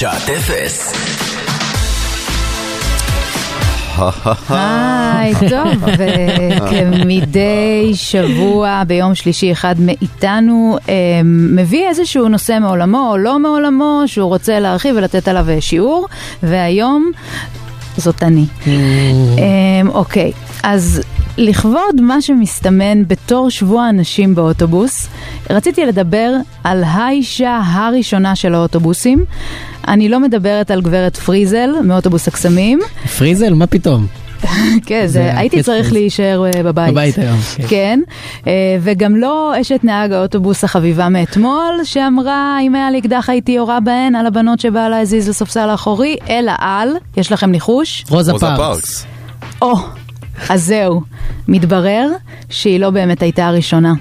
שעת אפס. היי, טוב, וכמדי שבוע ביום שלישי אחד מאיתנו מביא איזשהו נושא מעולמו או לא מעולמו שהוא רוצה להרחיב ולתת עליו שיעור, והיום זאת אני. אוקיי, אז לכבוד מה שמסתמן בתור שבוע אנשים באוטובוס, רציתי לדבר על האישה הראשונה של האוטובוסים. אני לא מדברת על גברת פריזל מאוטובוס הקסמים. פריזל? מה פתאום? כן, הייתי צריך להישאר בבית. בבית היום. כן, וגם לא אשת נהג האוטובוס החביבה מאתמול, שאמרה, אם היה לי אקדח הייתי יורה בהן על הבנות שבעלה הזיז לספסל האחורי, אלא על, יש לכם ניחוש? רוזה פארקס. אז זהו, מתברר שהיא לא באמת הייתה הראשונה.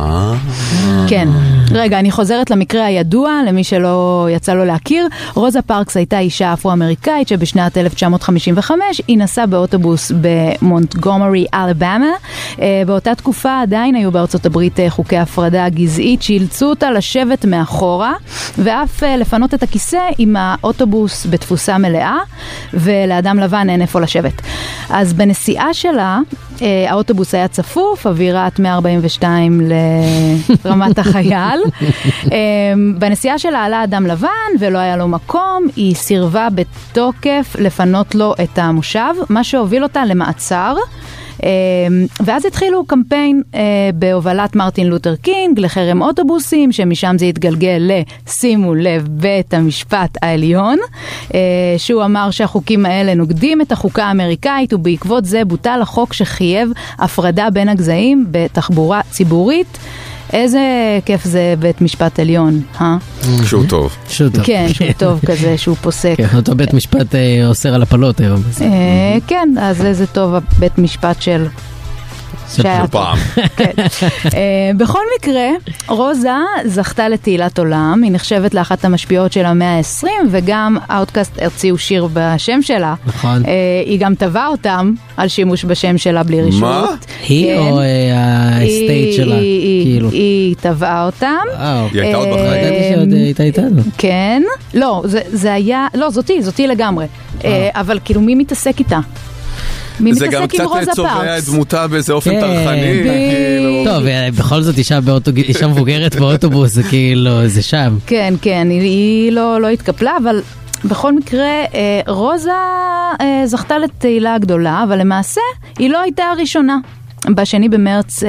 כן. רגע, אני חוזרת למקרה הידוע, למי שלא יצא לו להכיר. רוזה פארקס הייתה אישה אפרו-אמריקאית שבשנת 1955 היא נסעה באוטובוס במונטגומרי, אלבמה. באותה תקופה עדיין היו בארצות הברית חוקי הפרדה גזעית שאילצו אותה לשבת מאחורה, ואף לפנות את הכיסא עם האוטובוס בתפוסה מלאה, ולאדם לבן אין איפה לשבת. אז בנסיעה שלה, האוטובוס היה צפוף, אווירת 142 לרמת החייל. בנסיעה שלה עלה אדם לבן ולא היה לו מקום, היא סירבה בתוקף לפנות לו את המושב, מה שהוביל אותה למעצר. ואז התחילו קמפיין בהובלת מרטין לותר קינג לחרם אוטובוסים, שמשם זה התגלגל שימו לב, בית המשפט העליון, שהוא אמר שהחוקים האלה נוגדים את החוקה האמריקאית, ובעקבות זה בוטל החוק שחייב הפרדה בין הגזעים בתחבורה ציבורית. איזה כיף זה בית משפט עליון, שהוא טוב. כן, שהוא טוב כזה, שהוא פוסק. כן, אותו בית משפט אוסר על הפלות היום. כן, אז איזה טוב הבית משפט של פעם. בכל מקרה, רוזה זכתה לתהילת עולם, היא נחשבת לאחת המשפיעות של המאה ה-20, וגם אאוטקאסט הרציעו שיר בשם שלה. נכון. היא גם טבעה אותם על שימוש בשם שלה בלי רשות. מה? היא או הסטייט שלה? היא טבעה אותם. היא הייתה עוד בחיים. שעוד הייתה איתנו. כן. לא, זה היה, לא, זאתי לגמרי. אבל כאילו מי מתעסק איתה? זה גם קצת צובע את דמותה באיזה אופן טרחני. טוב, בכל זאת אישה מבוגרת באוטובוס, זה כאילו, זה שם. כן, כן, היא לא התקפלה, אבל בכל מקרה, רוזה זכתה לתהילה גדולה, אבל למעשה היא לא הייתה הראשונה. בשני במרץ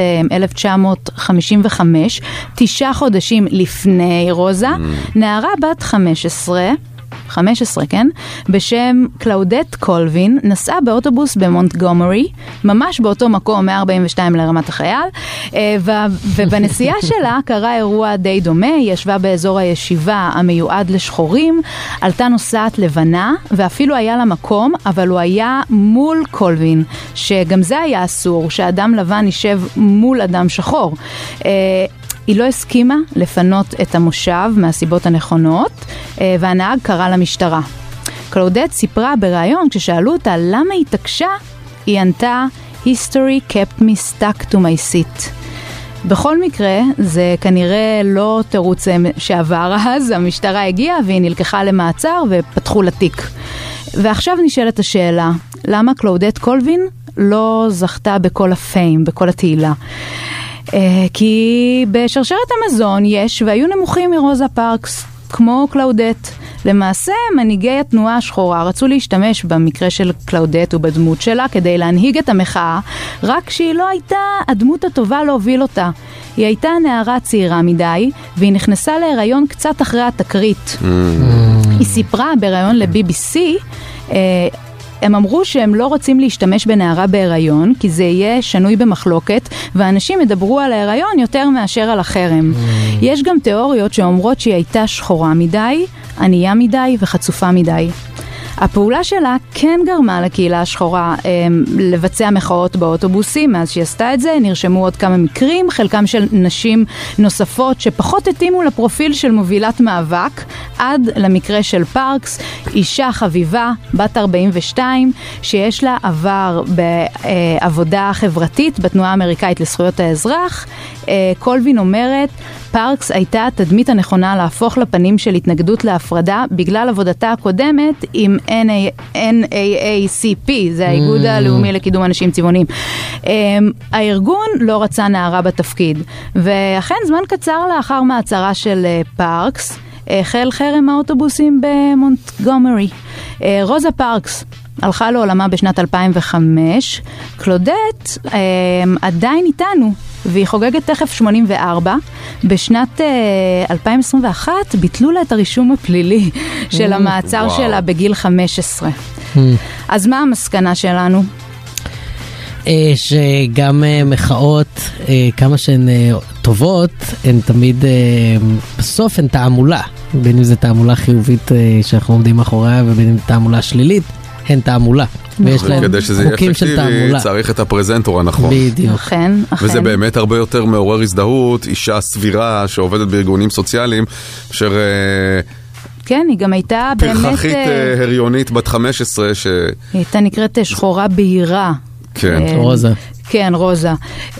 1955, 9 חודשים לפני רוזה, נערה בת 15, כן? בשם קלאודט קולווין, נסעה באוטובוס במונטגומרי, ממש באותו מקום, 142 לרמת החייל, ובנסיעה שלה קרה אירוע די דומה, היא ישבה באזור הישיבה המיועד לשחורים, עלתה נוסעת לבנה, ואפילו היה לה מקום, אבל הוא היה מול קולווין, שגם זה היה אסור, שאדם לבן יישב מול אדם שחור. היא לא הסכימה לפנות את המושב מהסיבות הנכונות, והנהג קרא למשטרה. קלאודט סיפרה בראיון, כששאלו אותה למה היא התעקשה, היא ענתה, History kept me stuck to my seat. בכל מקרה, זה כנראה לא תירוץ שעבר אז, המשטרה הגיעה והיא נלקחה למעצר ופתחו לתיק. ועכשיו נשאלת השאלה, למה קלאודט קולווין לא זכתה בכל הפיים, בכל התהילה? כי בשרשרת המזון יש והיו נמוכים מרוזה פארקס, כמו קלאודט. למעשה, מנהיגי התנועה השחורה רצו להשתמש במקרה של קלאודט ובדמות שלה כדי להנהיג את המחאה, רק שהיא לא הייתה הדמות הטובה להוביל אותה. היא הייתה נערה צעירה מדי, והיא נכנסה להיריון קצת אחרי התקרית. היא סיפרה בהיריון ל-BBC, הם אמרו שהם לא רוצים להשתמש בנערה בהיריון, כי זה יהיה שנוי במחלוקת, ואנשים ידברו על ההיריון יותר מאשר על החרם. יש גם תיאוריות שאומרות שהיא הייתה שחורה מדי, ענייה מדי וחצופה מדי. הפעולה שלה כן גרמה לקהילה השחורה לבצע מחאות באוטובוסים. מאז שהיא עשתה את זה נרשמו עוד כמה מקרים, חלקם של נשים נוספות שפחות התאימו לפרופיל של מובילת מאבק, עד למקרה של פארקס, אישה חביבה בת 42 שיש לה עבר בעבודה חברתית בתנועה האמריקאית לזכויות האזרח. קולווין אומרת, פארקס הייתה התדמית הנכונה להפוך לפנים של התנגדות להפרדה בגלל עבודתה הקודמת עם NAACP, זה האיגוד הלאומי לקידום אנשים צבעוניים. הארגון לא רצה נערה בתפקיד, ואכן זמן קצר לאחר מעצרה של פארקס, החל חרם האוטובוסים במונטגומרי. רוזה פארקס הלכה לעולמה בשנת 2005, קלודט עדיין איתנו, והיא חוגגת תכף 84. בשנת 2021 ביטלו לה את הרישום הפלילי של המעצר שלה בגיל 15. אז מה המסקנה שלנו? שגם מחאות, כמה שהן טובות, הן תמיד, בסוף הן תעמולה. בין אם זה תעמולה חיובית שאנחנו עומדים מאחוריה, ובין אם תעמולה שלילית, הן תעמולה. ויש להם כדי שזה יהיה אפקטיבי, צריך את הפרזנטור הנכון. בדיוק. אכן. וזה באמת הרבה יותר מעורר הזדהות, אישה סבירה שעובדת בארגונים סוציאליים, אשר... כן, היא גם הייתה באמת... פרחחית הריונית בת 15 היא הייתה נקראת שחורה בהירה. כן. רוזה. כן, רוזה.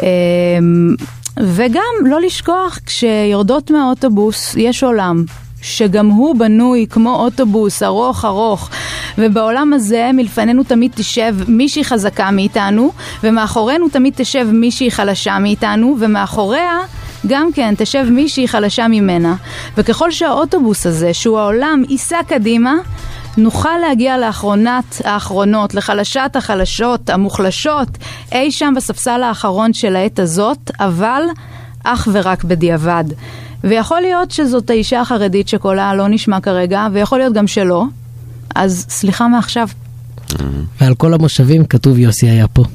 וגם לא לשכוח, כשיורדות מהאוטובוס יש עולם. שגם הוא בנוי כמו אוטובוס ארוך ארוך, ובעולם הזה מלפנינו תמיד תשב מישהי חזקה מאיתנו, ומאחורינו תמיד תשב מישהי חלשה מאיתנו, ומאחוריה גם כן תשב מישהי חלשה ממנה. וככל שהאוטובוס הזה, שהוא העולם, ייסע קדימה, נוכל להגיע האחרונות, לחלשת החלשות, המוחלשות, אי שם בספסל האחרון של העת הזאת, אבל אך ורק בדיעבד. ויכול להיות שזאת האישה החרדית שקולה לא נשמע כרגע, ויכול להיות גם שלא, אז סליחה מעכשיו. ועל כל המושבים כתוב יוסי היה פה.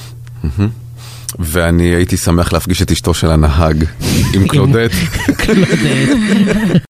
ואני הייתי שמח להפגיש את אשתו של הנהג עם קלודט.